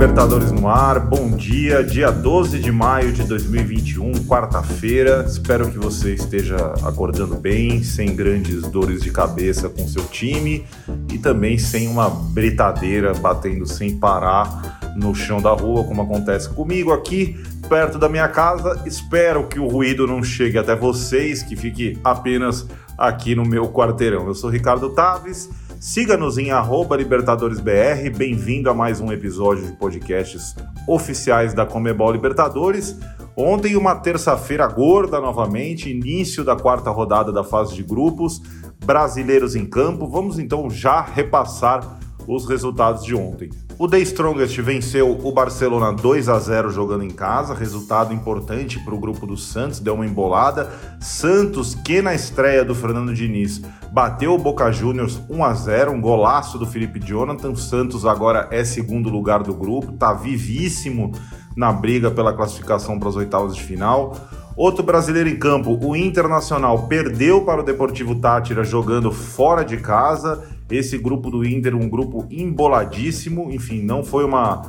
Libertadores no ar, bom dia, dia 12 de maio de 2021, quarta-feira. Espero que você esteja acordando bem, sem grandes dores de cabeça com seu time e também sem uma britadeira batendo sem parar no chão da rua, como acontece comigo aqui perto da minha casa. Espero que o ruído não chegue até vocês, que fique apenas aqui no meu quarteirão. Eu sou Ricardo Taves. Siga-nos em @LibertadoresBR, bem-vindo a mais um episódio de podcasts oficiais da Conmebol Libertadores. Ontem, uma terça-feira gorda novamente, início da quarta rodada da fase de grupos, brasileiros em campo. Vamos então já repassar os resultados de ontem. O The Strongest venceu o Barcelona 2-0 jogando em casa, resultado importante para o grupo do Santos, deu uma embolada. Santos, que na estreia do Fernando Diniz bateu o Boca Juniors 1-0, um golaço do Felipe Jonathan. Santos agora é segundo lugar do grupo, está vivíssimo na briga pela classificação para as oitavas de final. Outro brasileiro em campo, o Internacional perdeu para o Deportivo Táchira jogando fora de casa. Esse grupo do Inter, um grupo emboladíssimo, enfim, não foi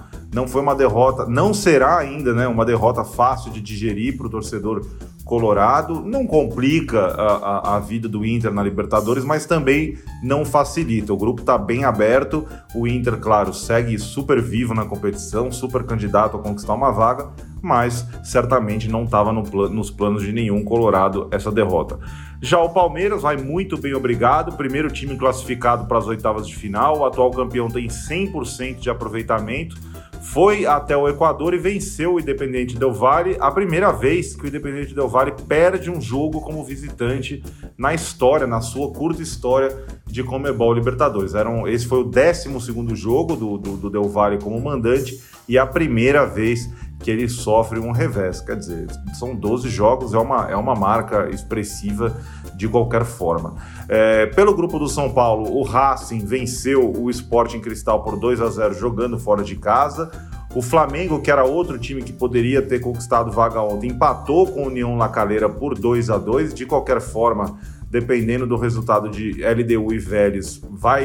uma derrota, não será ainda, né, uma derrota fácil de digerir para o torcedor colorado. Não complica a vida do Inter na Libertadores, mas também não facilita. O grupo está bem aberto, o Inter, claro, segue super vivo na competição, super candidato a conquistar uma vaga, mas certamente não estava nos planos de nenhum colorado essa derrota. Já o Palmeiras vai muito bem, obrigado. Primeiro time classificado para as oitavas de final. O atual campeão tem 100% de aproveitamento. Foi até o Equador e venceu o Independiente Del Valle. A primeira vez que o Independiente Del Valle perde um jogo como visitante na história, na sua curta história de Conmebol Libertadores. Esse foi o 12º jogo do Del Valle como mandante e a primeira vez que ele sofre um revés. Quer dizer, são 12 jogos, é uma marca expressiva de qualquer forma. Pelo grupo do São Paulo, o Racing venceu o Sporting Cristal por 2-0 jogando fora de casa. O Flamengo, que era outro time que poderia ter conquistado vaga ontem, empatou com o União La Calera por 2-2. De qualquer forma, dependendo do resultado de LDU e Vélez,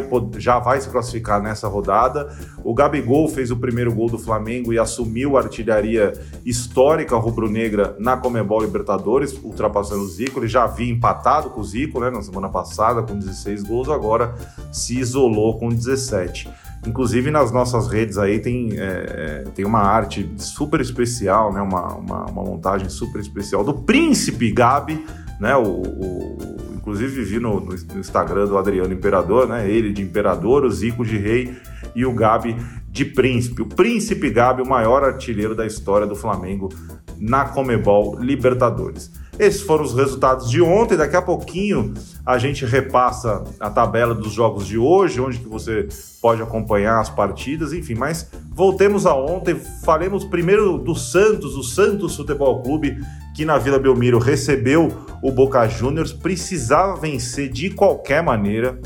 já vai se classificar nessa rodada. O Gabigol fez o primeiro gol do Flamengo e assumiu a artilharia histórica rubro-negra na Conmebol Libertadores, ultrapassando o Zico. Ele já havia empatado com o Zico, né, na semana passada com 16 gols, agora se isolou com 17. Inclusive nas nossas redes aí tem uma arte super especial, né, uma montagem super especial do Príncipe Gabi, né, inclusive vi no Instagram do Adriano Imperador, né, ele de Imperador, o Zico de Rei e o Gabi de Príncipe. O Príncipe Gabi, o maior artilheiro da história do Flamengo na Conmebol Libertadores. Esses foram os resultados de ontem. Daqui a pouquinho a gente repassa a tabela dos jogos de hoje, onde que você pode acompanhar as partidas, enfim. Mas voltemos a ontem, falemos primeiro do Santos, o Santos Futebol Clube, que na Vila Belmiro recebeu o Boca Juniors, precisava vencer de qualquer maneira.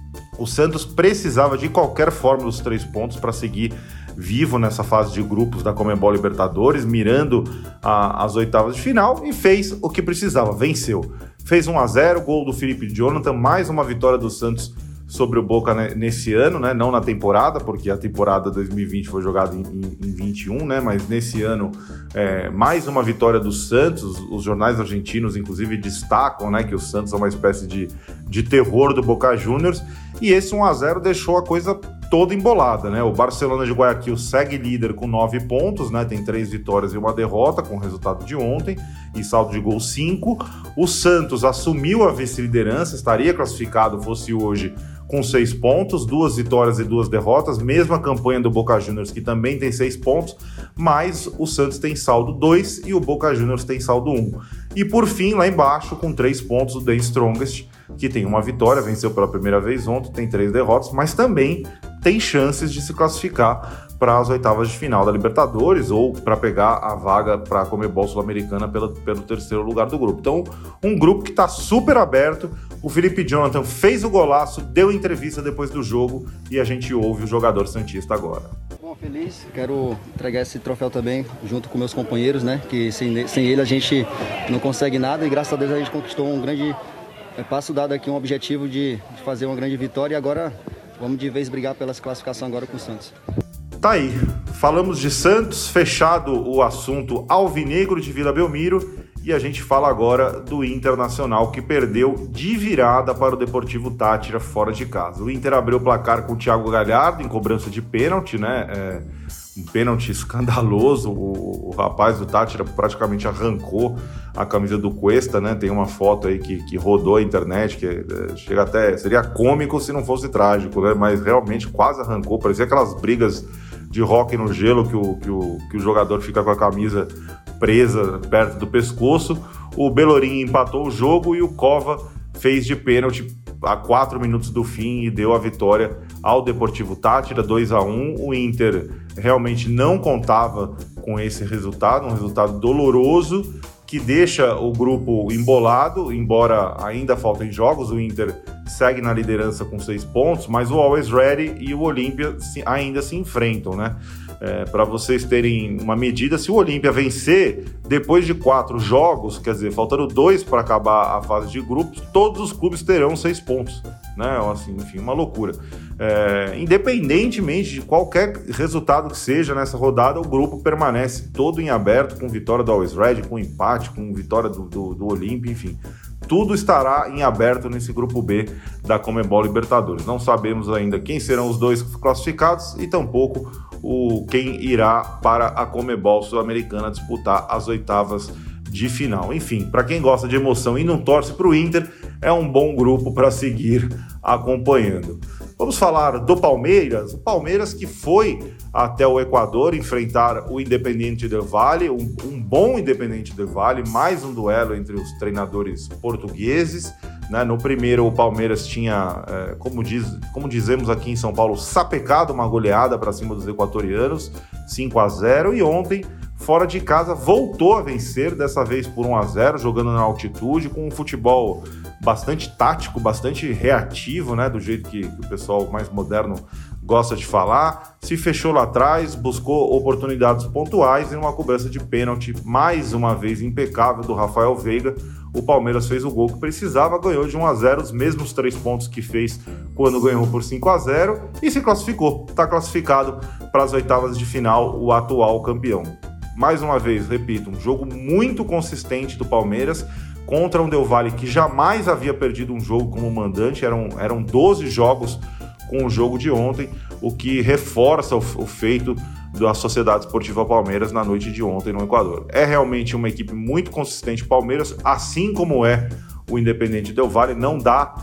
O Santos precisava de qualquer forma dos 3 pontos para seguir vivo nessa fase de grupos da Conmebol Libertadores, mirando as oitavas de final, e fez o que precisava, venceu. Fez 1-0, gol do Felipe Jonathan, mais uma vitória do Santos sobre o Boca nesse ano, né? Não na temporada, porque a temporada 2020 foi jogada em 21, né? Mas nesse ano, mais uma vitória do Santos. Os jornais argentinos, inclusive, destacam, né, que o Santos é uma espécie de terror do Boca Juniors, e esse 1-0 deixou a coisa toda embolada, né? O Barcelona de Guayaquil segue líder com 9 pontos, né? Tem 3 vitórias e uma derrota com o resultado de ontem e saldo de gol 5. O Santos assumiu a vice-liderança, estaria classificado fosse hoje com 6 pontos, 2 vitórias e 2 derrotas, mesma campanha do Boca Juniors, que também tem 6 pontos, mas o Santos tem saldo 2 e o Boca Juniors tem saldo 1. E por fim, lá embaixo, com 3 pontos, o The Strongest, que tem uma vitória, venceu pela primeira vez ontem, tem 3 derrotas, mas também tem chances de se classificar para as oitavas de final da Libertadores ou para pegar a vaga para a Conmebol Sul-Americana pelo terceiro lugar do grupo. Então, um grupo que está super aberto. O Felipe Jonathan fez o golaço, deu entrevista depois do jogo e a gente ouve o jogador santista agora. Bom, feliz, quero entregar esse troféu também junto com meus companheiros, né? Que sem ele a gente não consegue nada e graças a Deus a gente conquistou um grande passo dado aqui, um objetivo de fazer uma grande vitória e agora vamos de vez brigar pela classificação agora com o Santos. Tá aí, falamos de Santos, fechado o assunto alvinegro de Vila Belmiro, e a gente fala agora do Internacional, que perdeu de virada para o Deportivo Táchira fora de casa. O Inter abriu o placar com o Thiago Galhardo em cobrança de pênalti, né? Um pênalti escandaloso. O rapaz do Táchira praticamente arrancou a camisa do Cuesta, né? Tem uma foto aí que rodou a internet, que chega até... Seria cômico se não fosse trágico, né? Mas realmente quase arrancou. Parecia aquelas brigas de hóquei no gelo que o jogador fica com a camisa presa perto do pescoço. O Bellorin empatou o jogo e o Cova fez de pênalti a 4 minutos do fim e deu a vitória ao Deportivo Táchira, 2-1. O Inter realmente não contava com esse resultado, um resultado doloroso que deixa o grupo embolado, embora ainda faltem jogos. O Inter segue na liderança com 6 pontos, mas o Always Ready e o Olímpia ainda se enfrentam, né? Para vocês terem uma medida, se o Olímpia vencer depois de 4 jogos, quer dizer, faltando 2 para acabar a fase de grupos, todos os clubes terão 6 pontos, né? Assim, enfim, uma loucura. Independentemente de qualquer resultado que seja nessa rodada, o grupo permanece todo em aberto, com vitória do Always Red, com empate, com vitória do Olímpia, enfim. Tudo estará em aberto nesse grupo B da Conmebol Libertadores. Não sabemos ainda quem serão os 2 classificados e tampouco quem irá para a Conmebol Sul-Americana disputar as oitavas de final. Enfim, para quem gosta de emoção e não torce para o Inter, é um bom grupo para seguir acompanhando. Vamos falar do Palmeiras. O Palmeiras que foi até o Equador enfrentar o Independiente del Valle, um bom Independiente del Valle, mais um duelo entre os treinadores portugueses, né? No primeiro, o Palmeiras tinha, como dizemos aqui em São Paulo, sapecado uma goleada para cima dos equatorianos, 5-0, e ontem, fora de casa, voltou a vencer, dessa vez por 1-0, jogando na altitude, com um futebol bastante tático, bastante reativo, né, do jeito que o pessoal mais moderno gosta de falar. Se fechou lá atrás, buscou oportunidades pontuais e numa cobrança de pênalti, mais uma vez impecável, do Rafael Veiga, o Palmeiras fez o gol que precisava, ganhou de 1-0, os mesmos 3 pontos que fez quando ganhou por 5-0 e se classificou. Está classificado para as oitavas de final, o atual campeão. Mais uma vez, repito, um jogo muito consistente do Palmeiras contra um Del Valle que jamais havia perdido um jogo como mandante. Eram 12 jogos com o jogo de ontem, o que reforça o feito da Sociedade Esportiva Palmeiras na noite de ontem no Equador. É realmente uma equipe muito consistente, Palmeiras, assim como é o Independiente del Valle. Não dá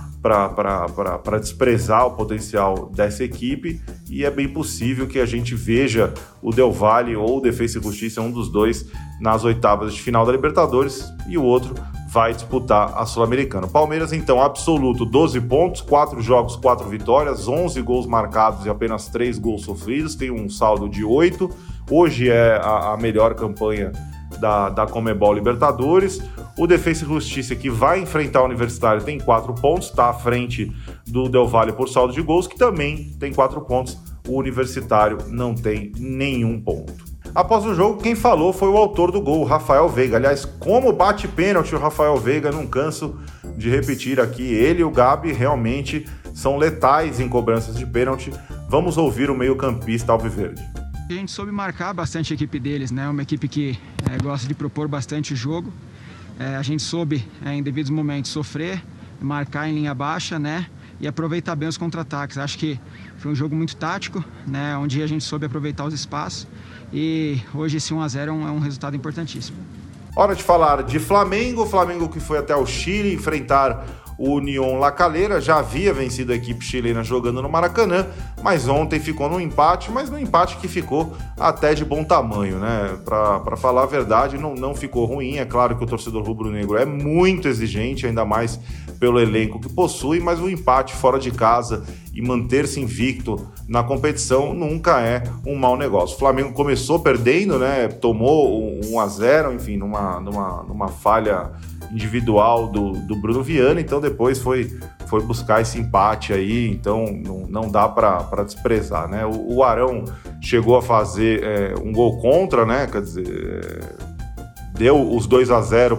para desprezar o potencial dessa equipe, e é bem possível que a gente veja o Del Valle ou o Defensa e Justiça, um dos dois, nas oitavas de final da Libertadores, e o outro vai disputar a Sul-Americana. Palmeiras, então, absoluto, 12 pontos, 4 jogos, 4 vitórias, 11 gols marcados e apenas 3 gols sofridos, tem um saldo de 8. Hoje é a melhor campanha da Conmebol Libertadores. O Defensa e Justiça, que vai enfrentar o Universitário, tem 4 pontos, está à frente do Del Valle por saldo de gols, que também tem 4 pontos. O Universitário não tem nenhum ponto. Após o jogo, quem falou foi o autor do gol, o Rafael Veiga. Aliás, como bate pênalti o Rafael Veiga, não canso de repetir aqui. Ele e o Gabi realmente são letais em cobranças de pênalti. Vamos ouvir o meio-campista alviverde. A gente soube marcar bastante a equipe deles, né? Uma equipe que gosta de propor bastante o jogo. A gente soube, em devidos momentos, sofrer, marcar em linha baixa, né? E aproveitar bem os contra-ataques. Acho que foi um jogo muito tático, né? Onde a gente soube aproveitar os espaços. E hoje esse 1-0 é um resultado importantíssimo. Hora de falar de Flamengo. Flamengo que foi até o Chile enfrentar o Unión La Calera. Já havia vencido a equipe chilena jogando no Maracanã, mas ontem ficou no empate, mas no empate que ficou até de bom tamanho, né? Para falar a verdade, não ficou ruim. É claro que o torcedor rubro-negro é muito exigente, ainda mais pelo elenco que possui, mas o empate fora de casa e manter-se invicto na competição nunca é um mau negócio. O Flamengo começou perdendo, né? Tomou 1-0, enfim, numa falha individual do Bruno Viana, então depois foi buscar esse empate aí, então não dá para desprezar, né? O Arão chegou a fazer um gol contra, né? Quer dizer, deu os 2-0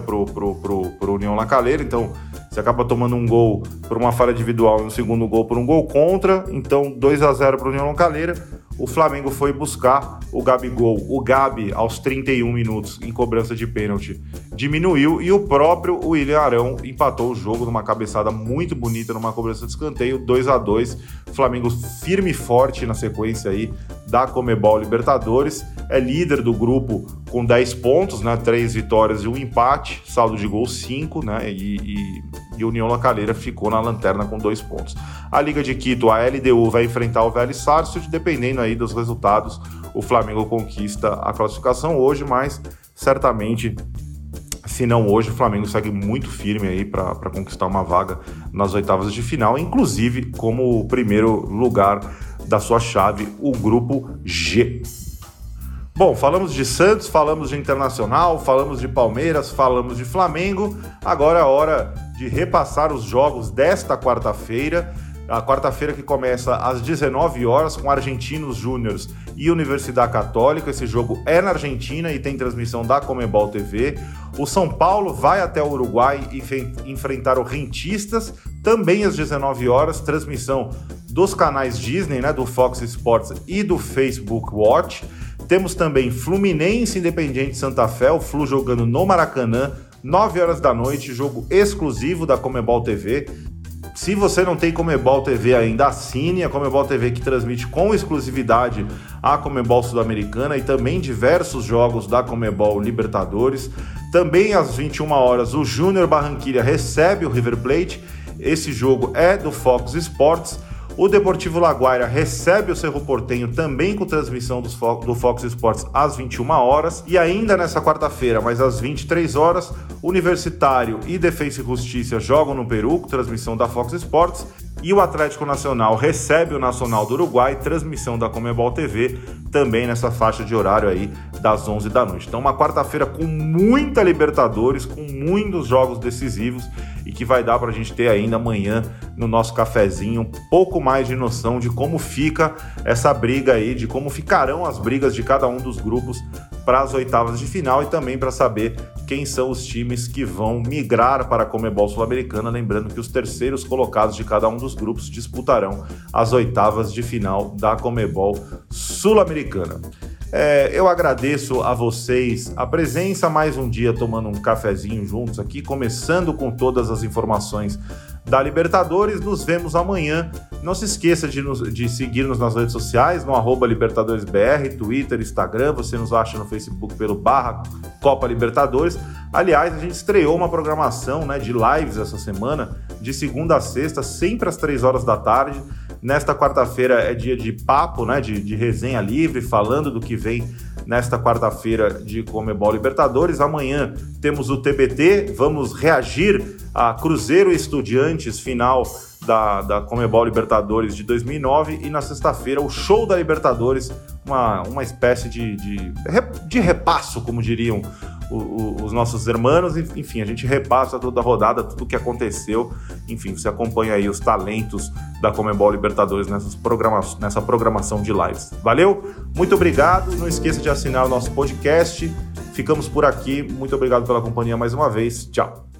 pro Unión La Calera, então você acaba tomando um gol por uma falha individual e um segundo gol por um gol contra, então 2-0 para o Unión La Calera. o Flamengo foi buscar o Gabigol. O Gabi, aos 31 minutos, em cobrança de pênalti, diminuiu, e o próprio William Arão empatou o jogo numa cabeçada muito bonita, numa cobrança de escanteio, 2-2. Flamengo firme e forte na sequência aí da Conmebol Libertadores, é líder do grupo com 10 pontos, né? 3 vitórias e 1 empate, saldo de gol 5, né? E União La Calera ficou na lanterna com 2 pontos. A Liga de Quito, a LDU, vai enfrentar o Vélez Sarsfield, dependendo aí dos resultados, o Flamengo conquista a classificação hoje, mas certamente, se não hoje, o Flamengo segue muito firme aí para conquistar uma vaga nas oitavas de final, inclusive como o primeiro lugar da sua chave, o grupo G. Bom, falamos de Santos, falamos de Internacional, falamos de Palmeiras, falamos de Flamengo. Agora é hora de repassar os jogos desta quarta-feira. A quarta-feira que começa às 19 horas com Argentinos Júniors e Universidade Católica. Esse jogo é na Argentina e tem transmissão da Conmebol TV. O São Paulo vai até o Uruguai enfrentar o Rentistas, também às 19 horas, transmissão dos canais Disney, né, do Fox Sports e do Facebook Watch. Temos também Fluminense Independiente Santa Fé, o Flu jogando no Maracanã, 9 horas da noite, jogo exclusivo da Conmebol TV. Se você não tem Conmebol TV ainda, assine a Conmebol TV, que transmite com exclusividade a Conmebol Sul-Americana e também diversos jogos da Conmebol Libertadores. Também às 21 horas, o Júnior Barranquilla recebe o River Plate. Esse jogo é do Fox Sports. O Deportivo Laguaira recebe o Cerro Porteño, também com transmissão do Fox Sports às 21 horas. E ainda nessa quarta-feira, mas às 23 horas, Universitário e Defensa e Justiça jogam no Peru, com transmissão da Fox Sports. E o Atlético Nacional recebe o Nacional do Uruguai, transmissão da Conmebol TV, também nessa faixa de horário aí das 11 da noite. Então uma quarta-feira com muita Libertadores, com muitos jogos decisivos, e que vai dar para a gente ter ainda amanhã no nosso cafezinho um pouco mais de noção de como fica essa briga aí, de como ficarão as brigas de cada um dos grupos para as oitavas de final, e também para saber quem são os times que vão migrar para a Conmebol Sul-Americana, lembrando que os terceiros colocados de cada um dos grupos disputarão as oitavas de final da Conmebol Sul-Americana. Eu agradeço a vocês a presença, mais um dia tomando um cafezinho juntos aqui, começando com todas as informações da Libertadores. Nos vemos amanhã. Não se esqueça de seguir-nos nas redes sociais, no @LibertadoresBR, Twitter, Instagram. Você nos acha no Facebook pelo /Copa Libertadores. Aliás, a gente estreou uma programação, né, de lives essa semana, de segunda a sexta, sempre às 3 horas da tarde. Nesta quarta-feira é dia de papo, né, de resenha livre, falando do que vem nesta quarta-feira de Conmebol Libertadores. Amanhã temos o TBT, vamos reagir a Cruzeiro e Estudiantes, final da Conmebol Libertadores de 2009. E na sexta-feira o show da Libertadores, uma espécie de repasso, como diriam os nossos irmãos. Enfim, a gente repassa toda a rodada, tudo o que aconteceu. Enfim, você acompanha aí os talentos da Conmebol Libertadores nessa programação de lives. Valeu? Muito obrigado. Não esqueça de assinar o nosso podcast. Ficamos por aqui. Muito obrigado pela companhia mais uma vez. Tchau.